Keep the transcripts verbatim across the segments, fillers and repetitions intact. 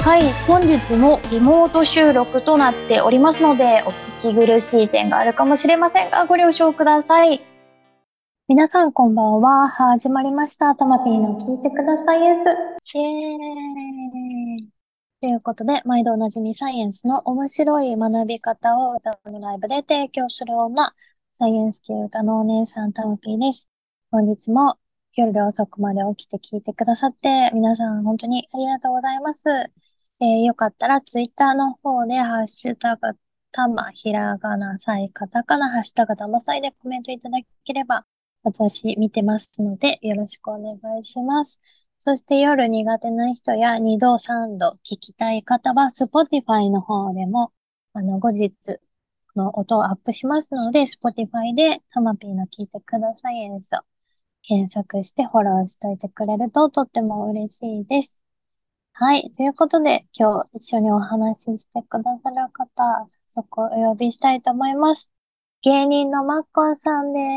はい、本日もリモート収録となっておりますので、お聞き苦しい点があるかもしれませんが、ご了承ください。皆さんこんばんは。始まりました。たまぴーの聞いてくださいエス。イエーイ。ということで、毎度おなじみサイエンスの面白い学び方を歌のライブで提供する女、サイエンス系歌のお姉さんたまぴーです。本日も夜遅くまで起きて聞いてくださって、皆さん本当にありがとうございます。えーよかったらツイッターの方でハッシュタグたまひらがなさいカタカナハッシュタグたまさいでコメントいただければ私見てますのでよろしくお願いします。そして夜苦手な人やにどさんど聞きたい方は Spotify の方でもあの後日の音をアップしますので Spotify でたまぴーの聞いてください演奏検索してフォローしといてくれるととっても嬉しいです。はい。ということで、今日一緒にお話ししてくださる方、早速お呼びしたいと思います。芸人のマッコンさんです。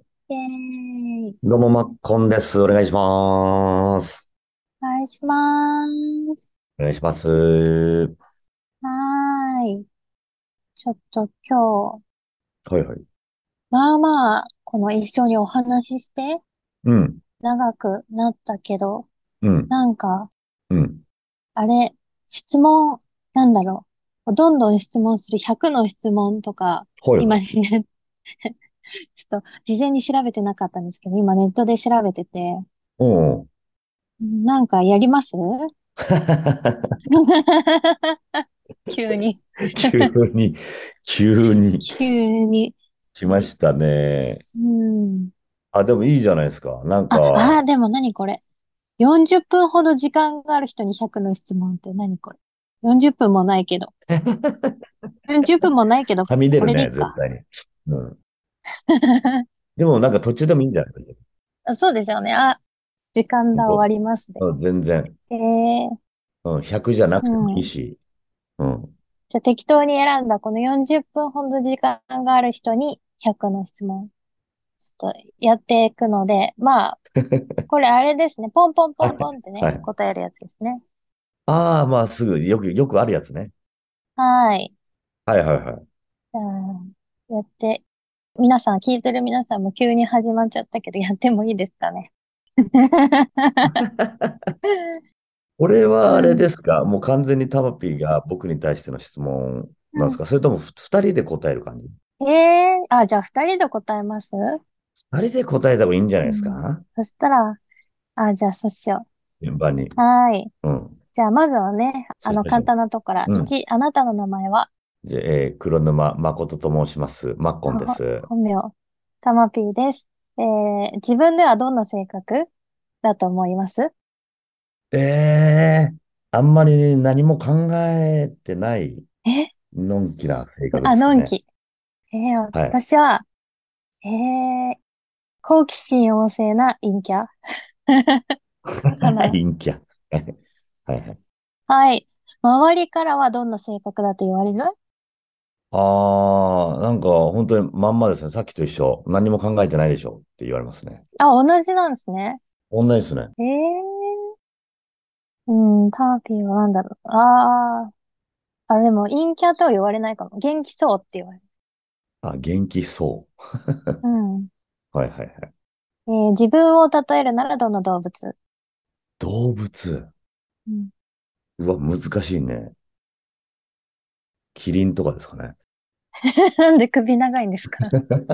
イェーイ。 どうも、マッコンです。お願いします。 お願いします。 お願いします。ははーい。ちょっと今日、 いはい。 まあまあ、この一緒にお話ししてうん、 長くなったけど、 うん、 なんか、 うん。 あれ、質問、なんだろう。どんどん質問するひゃくの質問とか、今はいはい。 ね、ちょっと事前に調べてなかったんですけど、今ネットで調べてて、 おう。 なんかやります？急に。 急に、急に急に。 来ましたね。 うん。 あ、でもいいじゃないですか。なんあ、あー、 か、 でも何これ。よんじゅっぷんほど時間がある人にひゃくの質問って何これ。よんじゅっぷんもないけど。よんじゅっぷんもないけど、 はみ出こるね、 れでいいか。 絶対に。うん。でもなんか途中でもいいんじゃないですか。 あ、そうですよね。あ、時間だ、終わ本当。 りますで。 うん、全然。 えー、 うん、ひゃくじゃなうくてもいいん。 し。うん。 じゃあ適当に選んだこのよんじゅっぷんほど時間がある人にひゃくの質問。ちょっとやっていくので、まあ、これあれですね。ポンポンポンはい。 ポンってね、 はい。 答えるやつですね。 ああ、まあすぐ、よく、よくあるやつね。 はい。 はいはいはい。 じゃあ、やって、皆さん、聞いてる皆さんも急に始まっちゃったけど、やってもいいですかね。 これはあれうん。 ですか？もう完全にタマピーが僕に対しての質問なんですか？それともふ二人で答える感じ？ うん。えー、あ、じゃあ二人で答えます？ 二人で答えた方がいいんじゃないですうん。 か？ そしたら、あ、じゃあそうしよ順番に。 う。はーい。 うん。 じゃあまずはね、あの、 そうしましょ簡単なところから。 う。うん。 いち、あなたの名前は？ じゃあ、えー黒沼誠と申します。マッコンではす。 本名、たまぴーです。えー、自分ではどんな性格だと思います？ ええー、あんまり何も考えてない、 え、 のんきな性格であ、 すかね。 のんき。えー、 はい。 私は、えー、好奇心旺盛な陰キャかな。 陰キャ。はいはい。 はい。周りからはどんな性格だと言われる？ ああ、なんか本当にまんまですね。さっきと一緒。何も考えてないでしょって言われますね。 あ、同じなんですね。 同じですね。 えー、うん、ターピーはなんだろう。ああ、あ、でも陰キャとは言われないかも。元気そうって言われる。 あ、元気そうん。 う。はいはいはい。 えー自分を例えるならどの動物？ 動物。 うん。 うわ、難しいね。キリンとかですかね。 なんで首長いんですか？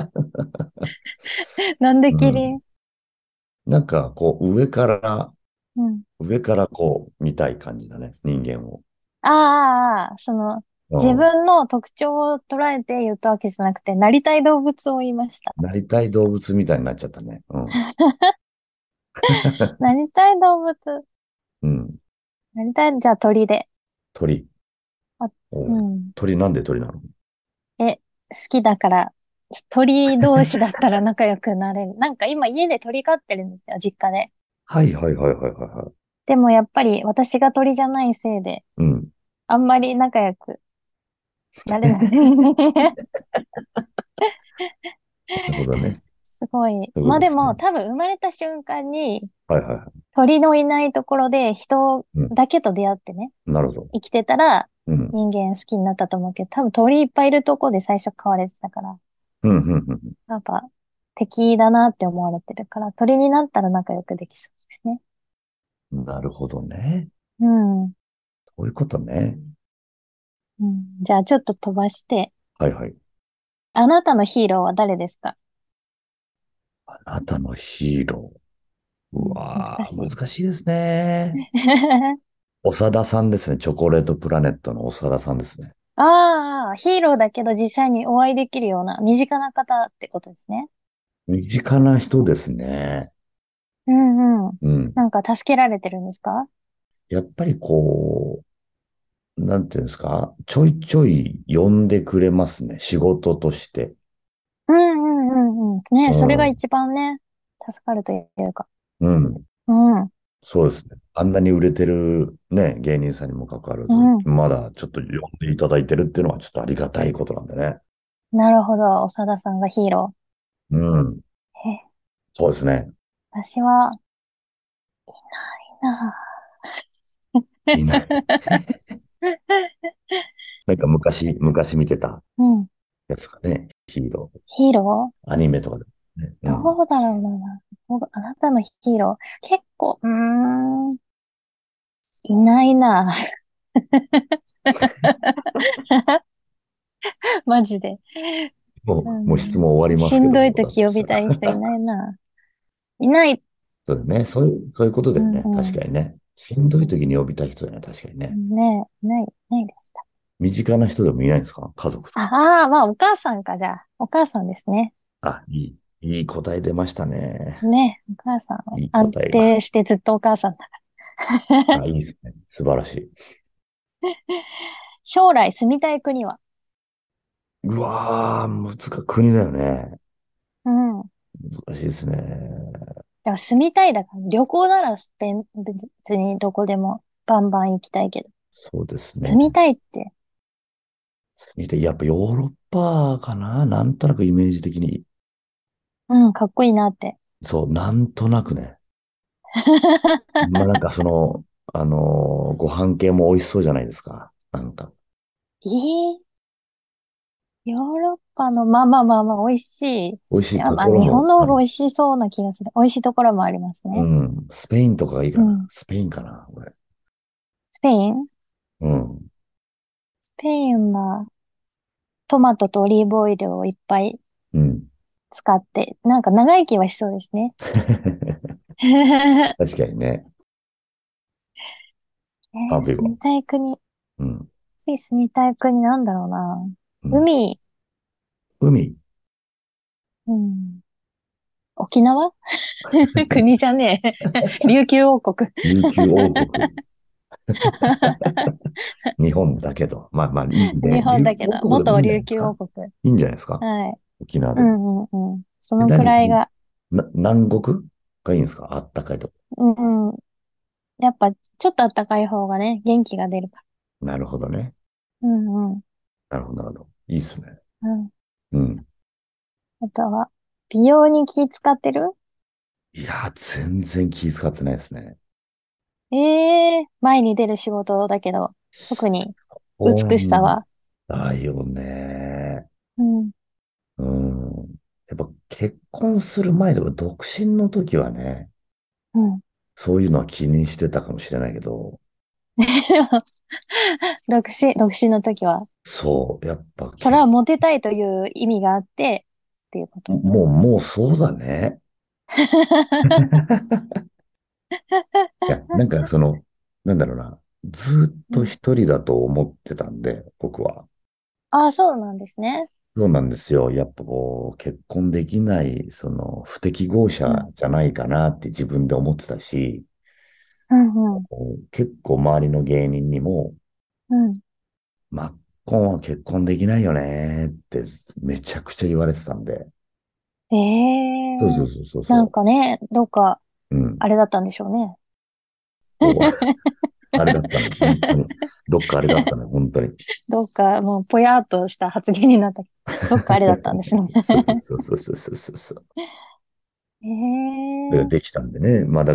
なんでうん。 キリン？ なんか、こう、上から、 うん。 上からこう、見たい感じだね。人間を。 ああ、ああその、自うん。 分の特徴を捉えて言ったわけじゃなくて、なりたい動物を言いました。 なりたい動物みたいになっちゃったね。うん。 なりたい動物。 うん。 なりたい、じゃあ鳥で。 鳥。 あ、 おう。 うん。 鳥なんで鳥なの？ え、好きだから、鳥同士だったら仲良くなれる。なんか今家で鳥飼ってるんですよ、実家で。 はいはいはいはいはいはい。 でもやっぱり私が鳥じゃないせいで、 うん。 あんまり仲良くなれない。 なるほどね。 すごい。 そういうこまあでもとですね。 多分生まれた瞬間に、 はいはいはい。 鳥のいないところで人うん。 だけと出会ってね、 なるほど。 生きてたらうん。 人間好きになったと思うけど、多分鳥いっぱいいるとこで最初飼われてたから、 うん、うん、うん。 やっぱ敵だなって思われてるから、鳥になったら仲良くできそうですね。 なるほどね。 うん。 そういうことね。 うん、じゃあちょっと飛ばして、 はいはい。 あなたのヒーローは誰ですか？ あなたのヒーロー。ううん、難わー、 しい。 難しいですね。長田さんですね。チョコレートプラネットの長田さんですね。 ああ、ヒーローだけど実際にお会いできるような身近な方ってことですね。 身近な人ですね。 うんうん。 うん。 なんか助けられてるんですか？ やっぱりこう、なんていうんですか、ちょいちょい呼んでくれますね。仕事として。 うんうんうんうん。ね、 うん。 それが一番ね、助かるというか。 うん。 うん、 そうですね。あんなに売れてるね、芸人さんにもかかわらうず、 ん。 まだちょっと呼んでいただいてるっていうのはちょっとありがたいことなんでね。 なるほど。長田さんがヒーロうん。 ー。え、 そうですね。 私はいないない。なんか昔、昔見てたうん。 やつかね。ヒーロヒーローー。アニメとかで。ね。うん。 どうだろうな。僕あなたのヒーロー。結構、うーん、いないな。マジで。うもう、もう質ん。 問終わりましんすけども、だどい時呼としたら。 びたい人いないな。いない。 そうだね。そういう、そういうことだうよね。確んうん。 かにね。しんどい時に呼びたい人だよね。確かにね。 ねえ、いない、いないでした。 身近な人でもいないんですか？家族とか。 ああ、まあ、お母さんか、じゃあ。お母さんですね。 あ、いい。いい答え出ましたね。 ね、お母さんはいい安答えが。 定してずっとお母さんだかあ、 ら。 いいですね。素晴らしい。 将来住みたい国は？ うわー、難か、国だよね。 うん。 難しいですね。 でも住みたいだから、旅行ならスペイン別にどこでもバンバン行きたいけど、 そうですね。 住みたいって、 見て、やっぱヨーロッパかな、なんとなくイメージ的に。 うん、かっこいいなって。 そう、なんとなくね。まあなんかその、あのーご飯系も美味しそうじゃないですか。なんか、 ええヨーロッパの、まあまあまあまあ、美味しい。い美味しいや、 ところまあ日本もある。 の方が美味しそうな気がする。美味しいところもありますね。 うん。スペインとかがいいかな。 うん。 スペインかな、これ。 スペインうん。 スペインはトマトとオリーブオイルをいっぱいうん。 使って、なんか長生きはしそうですね。 確かにね。 えー、 アビは。 住みたい国。 うん。 住みたい国なんだろうな。 うん。 海、 海。 うん、沖縄国じゃねえ。琉球王国。 琉球王国。日本だけど。まあまあ、いい日ね。琉球本だけど、 王国でもいいんじゃな元琉いですか？ 球王国。 いいんじゃないですか？ はい。 沖縄でも。 うんうんうん。そえ、 のく何その、 らいが、 な、南国がいいんですか？あったかいとこ。 うんうん。やっぱ、ちょっと暖かい方がね、元気が出るから。 なるほどね。 うんうん。 なるほど、なるほど。いいっすね。 うん。 うん。 あとは、美容に気使ってる？ いやー、全然気遣ってないですね。 ええー、前に出る仕事だけど、特に美しさそうなんは？ だよね。 うん。 うん。やっぱ結婚する前とか独身の時はね、 うん。 そういうのは気にしてたかもしれないけど、 独身、独身の時は、 そう、やっぱそれは結モテたいという意味があって、っていうこと？ もう、もうそうだね。いや、なんかその、なんだろうな。ずっとうん。 一人だと思ってたんで、僕は。 ああ、そうなんですね。 そうなんですよ。やっぱこう、結婚できない、その、不適合者うん。 じゃないかなって自分で思ってたし、 うんうん。 こう結構周りの芸人にも、 うん。 マッコンは結婚できないよねってめちゃくちゃ言われてたんで。 えそうそえー、 うそうそうなんそかね、どっか、 う。うん。 あれだったんでしょうね。 そう。あれだったのよ。本当に。どっかあれだったのよ。本当に。 どっか、もう、ぽやっとした発言になったけど、どっかあれだったんですね。 そうそうそうそうそうそうそう。 ええー、 それができたんでね。まあだから、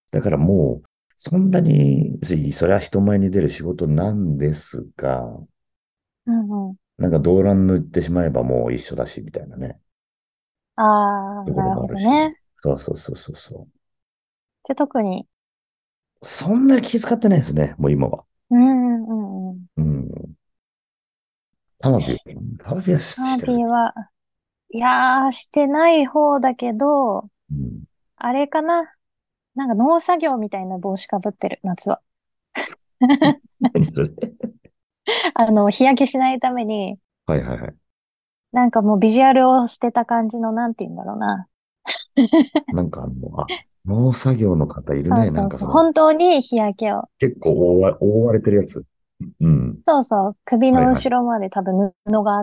だからもう、そんなに、それは人前に出る仕事なんですが、 うんうん。 なんか動乱塗ってしまえばもう一緒だし、みたいなね、 ああ、 ところなるほもあるし。 どね。 そうそうそうそうそう。 じゃ、特に、 そんなに気遣ってないですね、もう今は。 うんうんうん。 うん。タマピー、タマピーはアーしてる。 ビーは、いやー、してない方だけど、 うん。 あれかな。なんか農作業みたいな帽子かぶってる、夏は。 何それ。 あの、日焼けしないために、 はいはいはい。 なんかもうビジュアルを捨てた感じの、なんて言うんだろうな。 なんかあの、あ、農作業の方いるね。なそうそうそう。 んかその、 本当に日焼けを。 結構覆わ、覆われてるやつ。うん。 そうそう。首のはいはい。 後ろまで多分布があって、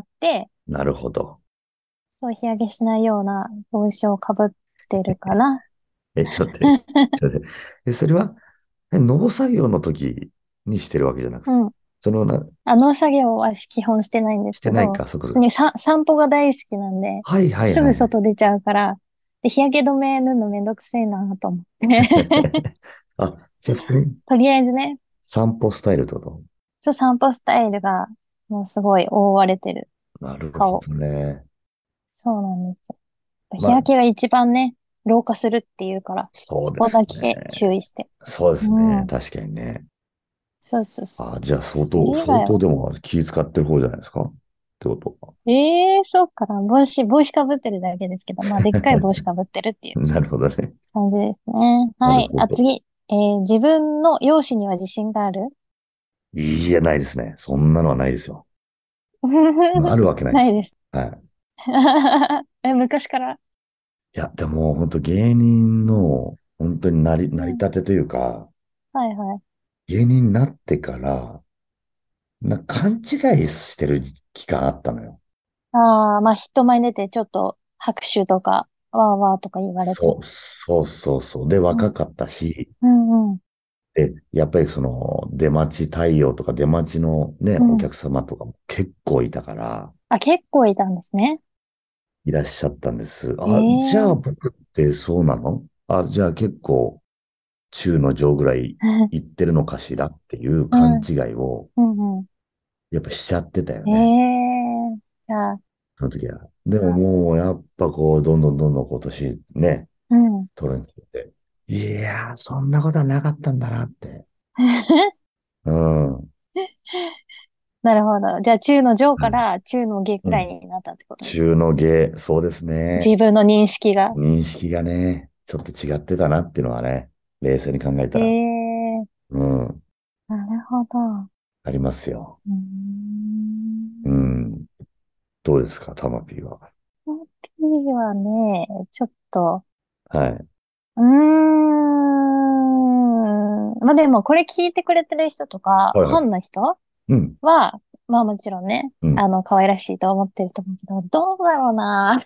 なるほど。 そう日焼けしないような帽子をかぶってるかな。 え、ちょっと待って。ちょっと待って。え、それは、え農作業の時にしてるわけじゃなくて、 うん。 そのな、 あの作業は基本してないんですけど、 してないか、そこそこ。 普通にさ散歩が大好きなんで、 はいはいすはいはい。 ぐ外出ちゃうから、で、日焼け止め塗るのめんどくせえなと思って。 あ、じゃあ普通にとりあえずね、 散歩スタイルってこと？ そう散歩スタイルがもうすごい覆われてるなるほ顔。 どね。 そうなんですよ。日まあ、 焼けが一番ね、老化するっていうから、そこそうですだけ注ね。 意して。 そうですね。 うん。 確かにね。 そうそうそう。 あ、じゃあ相それ当、相以外は。 当でも気使ってる方じゃないですかってことは。 ええー、そうかな。帽子、帽子かぶってるだけですけど、まあ、でっかい帽子かぶってるっていうなるほどね。 感じですね。はい。あ、 なるほど。 次。えー自分の容姿には自信がある？ いや、ないですね。そんなのはないですよ。まあ、あるわけないですよ。 ないです。 はい。 え、昔から。 いや、でも本当芸人の本当になり、 うん。 成り立てというか、 はいはい。 芸人になってから、な、勘違いしてる期間あったのよ。 ああ、まあ、人前に出てちょっと拍手とか、わーわーとか言われて。 そう、そうそうそう。で、 うん。 若かったし、 うんうん。 で、やっぱりその、出待ち対応とか出待ちのね、 うん。 お客様とかも結構いたから、 あ、結構いたんですね。 いらっしゃったんです。 えあ、じゃあえー。 僕ってそうなの？あ、じゃあ結構中の上ぐらい行ってるのかしらっていううん。 勘違いをうんうん。 やっぱしちゃってたよえね。 えー。じゃあ、 その時は。でもあ、 もうやっぱこう、どんどんどんどん今年ね、 うん。 取るにつれて、いやー、そんなことはなかったんだなって。うん。 なるほど。じゃあ、中の上かはい。 ら中の下くうん。 らいになったってことですか？ 中の下、そうですね。 自分の認識が。 認識がね、ちょっと違ってたなっていうのはね、冷静に考えたえら、 え、 うん、 なるほど。うありますよ。 ーん。 うん。どうですか、タマピーは。 P はね、ちょっと、 はい。 うーん。まあでも、これ聞いてくれてる人とか、 はいはい。 ファンの人うん。 は、まあもちろんね、 うん。 あの、可愛らしいと思ってると思うけど、どうだろうな。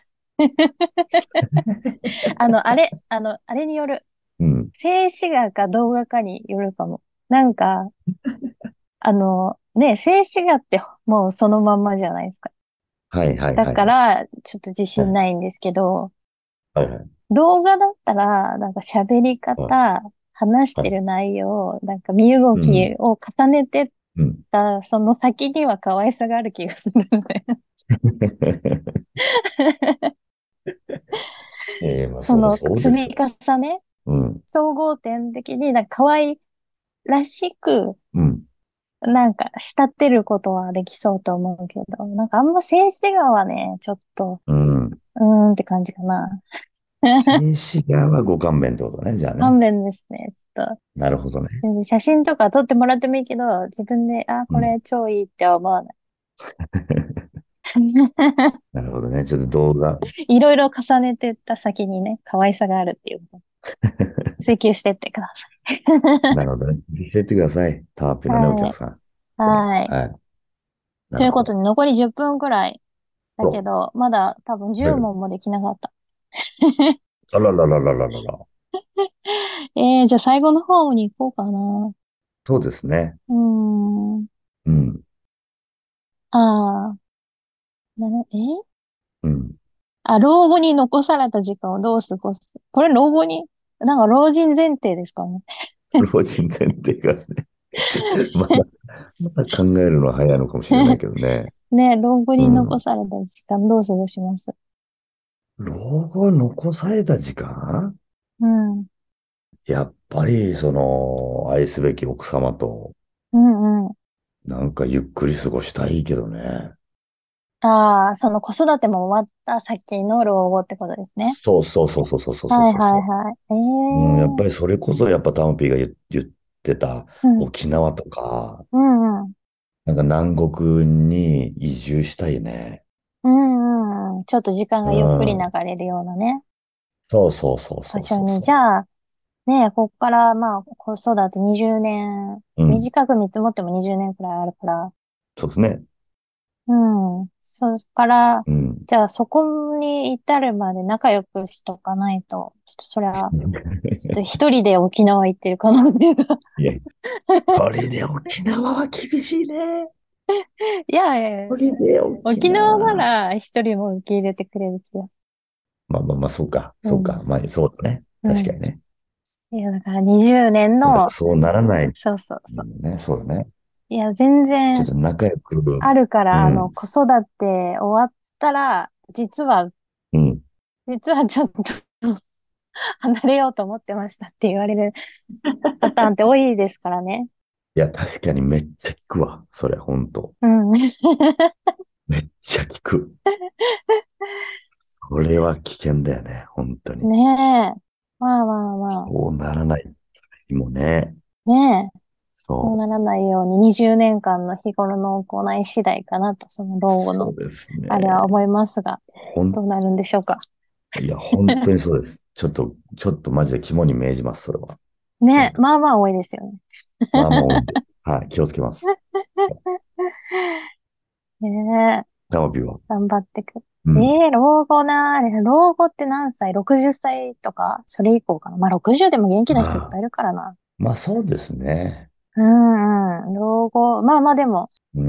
あの、あれ、あの、あれによる。 うん。 静止画か動画かによるかも。なんか、あの、ね、静止画ってもうそのまんまじゃないですか。 はいはいだはいはい。 から、ちょっと自信はいないんですけど、 はいはい。 動画だったら、なんか喋りはい方、話しはい。 てる内容、なんか身動うん。 きを重ねてっうん。 た、その先には可愛さがある気がするんで。 ええ、まあそう、 そのそうですよ。 積み重ね、 うん。 総合点的になんか可愛らしく、 うん。 なんか慕ってることはできそうと思うけど、なんかあんま静止画はね、ちょっと、 うん。 うーんって感じかな。 静止画はご勘弁ってことね、じゃあね。 勘弁ですね。ちょっと、 なるほどね。 全然写真とか撮ってもらってもいいけど、自分で、あ、 うん。 これ超いいって思わない。 なるほどね。ちょっと動画。 いろいろ重ねてった先にね、可愛さがあるっていうことを追求してってください。 なるほどね。見せてください。タワピのね、おはい。 客さん。これ。 はい。 はい。なるほど。 ということで、残りじゅっぷんくらいだけそど、まだ多分う。 じゅうで、 問もできなかった。 あららららららら。 えー、じゃあ最後の方に行こうかな。 そうですね。 うーん。 うん。 ああ、なる、えうん。 あ、老後に残された時間をどう過ごす？これ老後になんか老人前提ですかね。 老人前提がね。まだ、まだ考えるのは早いのかもしれないけどね。 ね、老後に残うん。 された時間どう過ごします？ 老後残された時間うん。うんやっぱり、その、愛すべき奥様と、 うん。 なんかゆっくり過ごしたいけどね。 ああ、その子育ても終わった先の老後ってことですね。 そうそうそうそうそうそうはいそうそはいはい。えう。うん、やっえぱりそれこそやっぱタモピーが言、言ってたうん。 沖縄とか、 うんうん。 なんか南国に移住したいね。 うんうんうん。ちょっと時間うがゆっくり流ん。 れるようなね。 そうそうそうそ場所に。 うそうそじゃあ、ね、こっからまあ子育てにじゅうねん、 う。うん。 短く見積もってもにじゅうねんくらいあるから、 そうですね。 うん。そっから、 うん。 じゃあそこに至るまで仲良くしとかないと、ちょっとそれは、ちょっと一人で沖縄行ってる可能性が。 いや、それで沖縄は厳しいね。 いやいやいや、 それで沖沖縄な縄。 ら一人も受け入れてくれるしよ。 まあまあまあ、そうか、 うん。 そうか。まあ、そうだね。 うん。 確かにね。 いや、だからにじゅうねんだからの、 そうならない。 そうそうそう。 うんね、そうだね。 いや、全然ちょっと仲良く、 あるから、あの、 うん、 子育て終わったら、実は、 うん。 実はちょっと離れようと思ってましたって言われるパターンって多いですからね。 いや、確かにめっちゃ聞くわ。それ、ほんと。 うん。 めっちゃ聞く。これは危険だよね。本当に。 ねえ。まあまあまあ。 そうならない日もね。 ねえ。そうそならないようににじゅうねんかんの日頃の行い次第かなと、そのう。 老後の、 そうですあれはね。 思いますが、 ほん、 どうなるんでしょうか。 いや、本当にそうです。ちょっと、ちょっとマジで肝に銘じます、それは。うねえ。 ん。 まあまあ多いですよね。 まあまあ多いんで。はい、気をつけます。 ねえ。 タマピーは。 頑張ってく。 うん。 ええ老後なー。老後って何歳？ ろくじゅっ 歳とかそれ以降かな。まあろくじゅうでも元気な人いっああ、 ぱいいるからな。 まあそうですね。 うんうん。老後。まあまあでも、 うん。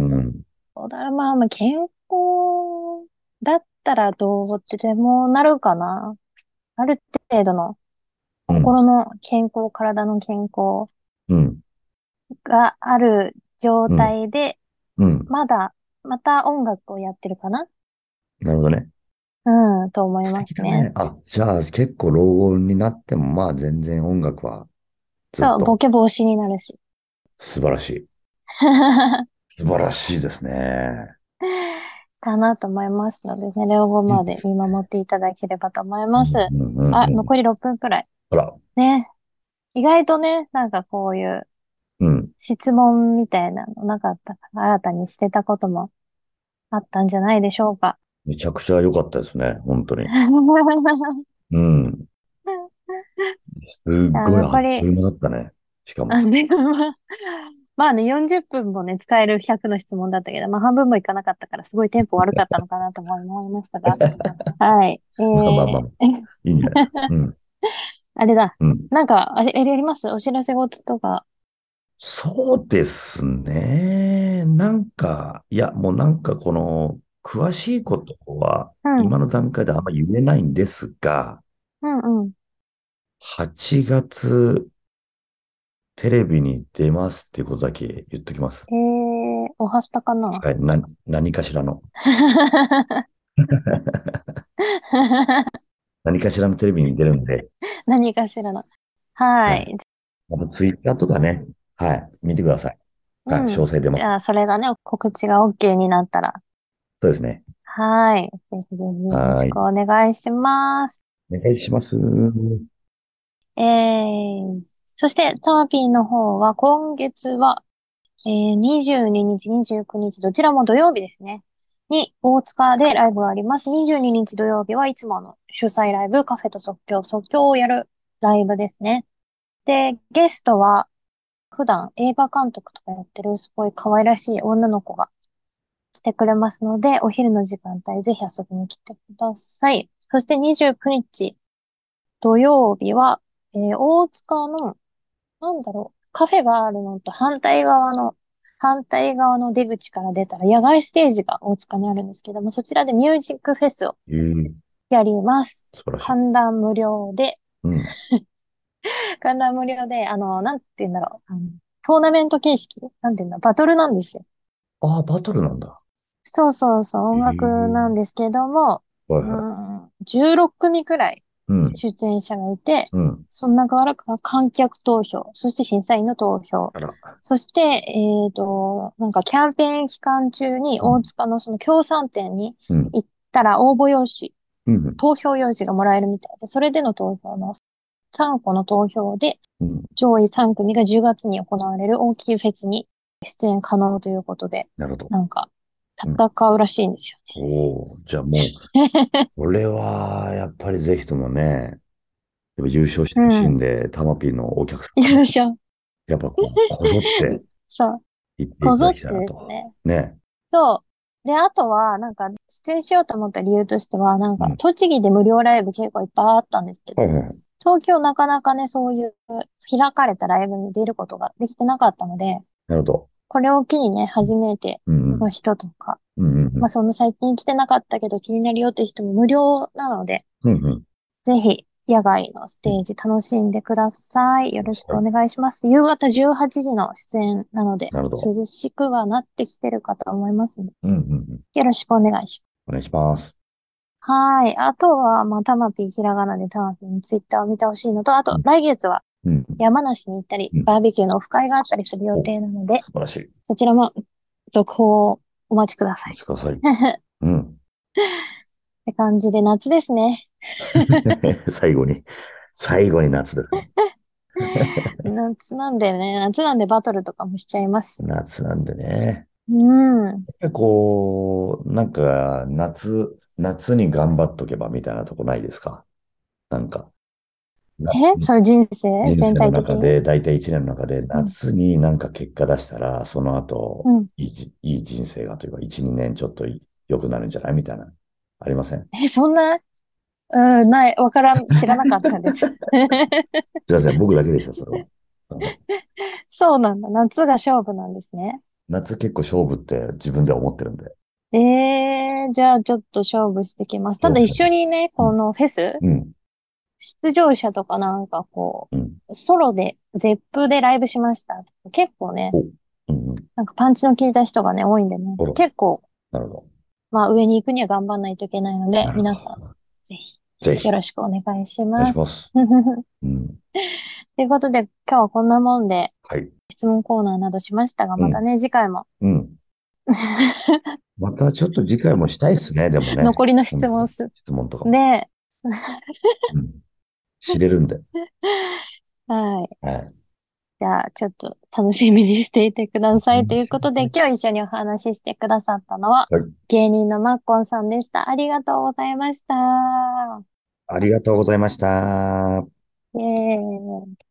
そうだなまあまあ健康だったらどうってでもなるかな。ある程度のうん。 心の健康、体の健康うん。 がある状うん。 態で、 うん。 まだ、また音楽をやってるかな。 なるほどね。 うん、と思い素ますね。 敵だね。あ、じゃあ結構老後になっても、まあ全然音楽はずっそう、ボとケ防止になるし。 素晴らしい。素晴らしいですね。 かなと思いますのでね、両後までいいです。 見守っていただければと思いうます。 んうんうんあ、 うん。 残りろっぷんくらい。 ほら。 ね。意外とね、なんかこういううん。 質問みたいなのなかったから、新たにしてたこともあったんじゃないでしょうか。 めちゃくちゃ良かったですね。本当に。うん。すっあごいあ残り、 っという間だったね。しかも。 あ、でもまあ、まあね、よんじゅっぷんもね、使えるひゃくの質問だったけど、まあ半分もいかなかったから、すごいテンポ悪かったのかなと思いましたが、はい。えまあまあまあ、 ー、 いいんじゃないですか。うん。 あれだ。 うん。 なんか、あれ、あれやりますお知らせ事とか。 そうですね。なんか、いや、もうなんかこの、詳しいことは、 うん、 今の段階であんま言えないんですが、 うん、うん。 はちがつ、テレビに出ますっていうことだけ言っときます。 えー、おはスタかな？ はい。な、何かしらの。何かしらのテレビに出るんで、 何かしらの。ははい。 い。 またツイッターとかね、はい。見てください。はい。詳うん。 細出ます。 じゃあ、それがね、告知が OK になったら。 そうですね。 はい。ぜひぜひよろしくはい。 お願いします。 お願いします。うえー、そして、ターピーの方は、今月は、えー、にじゅうににち、にじゅうくにち、どちらも土曜日ですね。に、大塚でライブがあります。にじゅうににち土曜日はいつもの主催ライブ、カフェと即興、即興をやるライブですね。で、ゲストは、普段映画監督とかやってるすごい可愛らしい女の子が来てくれますので、お昼の時間帯ぜひ遊びに来てください。そしてにじゅうくにち土曜日は、えー大塚の、なんだろう、カフェがあるのと反対側の、反対側の出口から出たら野外ステージが大塚にあるんですけども、そちらでミュージックフェスをー、 やります。 素晴らしい。 観覧無料で、 うん。 観覧無料で、あの、なんて言うんだろう。あのトーナメント形式なんて言うんだ、バトルなんですよ。 ああ、バトルなんだ。 そうそうそう、 え音楽なんえ、 ですけども、うはいはい。 ん、じゅうろっくみくらいうん、 出演者がいて、 うん。 その中から観客投票、そして審査員の投票、 あら。 そして、えっと、なんかキャンペーン期間中に大うん、 塚のその協賛店にうん、 行ったら応募用紙、 うん、 投票用紙がもらえるみたいで、それでの投票のさんこの投票でうん。 上位さん組がじゅうがつに行われる大きいフェスに出演可能ということで、 なるほど。 なんかうん。 戦うらしいんですよおお、じゃあもう、 ね。 これは、やっぱりぜひともね、やっぱ優勝してうほしいんん。 で、タマピーのお客さんはね、 優勝。 やっぱこう、こぞってそう。 言っていただきたいこぞってなと。 ですね。 ね。 そう。で、あとは、なんか、出演しようと思った理由としては、なんか、 うん。 栃木で無料ライブ結構いっぱいあったんですけど、 はいはいはい。 東京なかなかね、そういう開かれたライブに出ることができてなかったので、 なるほど。 これを機にね、初めてうん、うん、 の人とか、 うん、うん、うん。 まあその最近来てなかったけど気になるよって人も無料なので、 うん、うん。 ぜひ野外のステうん、 ージ楽しんでください。よろしくおはい。 願いします。夕方じゅうはちじの出演なので、 なるほど。 涼しくはなってきてるかと思いますので、 うん、うん、うん。 よろしくお願いします。 お願いします。 はい。あとは、まあ、たまぴーひらがなでたまぴーにツイッターを見てほしいのと、あと、 うん、 来月はうん、 山梨に行ったり、 うん。 バーベキューのオフ会があったりする予お、 定なので、 素晴らしい。 そちらも続報をお待ちください。 お待ちください。 っうん。 て感じで夏ですね。 最後に、最後に夏ですね。 夏なんでね、夏なんでバトルとかもしちゃいますしね。 夏なんでね。 うん。 こう、なんか、夏、夏に頑張っとけばみたいなとこないですか？なんか、なえそれ人生全人生の体的に？ 中で、だいたいいちねんの中で、 うん。 夏になんか結果出したら、その後、 うん。 いいじ、いい人生がというか、いち、にねんちょっとい良くなるんじゃないみたいな、ありません？ え、そんな、うん、ない、わからん、知らなかったです。 すいません、僕だけでした、それは。すいません。 そうなんだ。夏が勝負なんですね。 夏結構勝負って自分では思ってるんで。 ええー、じゃあちょっと勝負してきます。ただ一勝負しましょ緒にね、 う。うん。 このフェス、 うん。 出場者とかなんかこうん。 う、ソロで、ゼップでライブしました。結構ね、 お。うん。うん。 なんかパンチの効いた人がね、多いんでね、 ほら。 結構、 なるほど。 まあ上に行くには頑張んないといけないので、 なるほ皆さん、 ど。 ぜひ、 ぜひ、 よろしくお願いしお願います。 します。うん。 ということで、今日はこんなもんで、 はい。 質問コーナーなどしましたが、 うん。 またね、次回もうん。またちょっと次回もしたいですね、でもね。 残りの本当に。 質問す。 質問とかも。 で、 うん。知れるんで。 はい。 はい。 じゃあ、ちょっと楽しみにしていてください。ということで、 はい。 今日一緒にお話ししてくださったのは、 はい。 芸人のマッコンさんでした。ありがとうございました。 ありがとうございました。 イェーイ。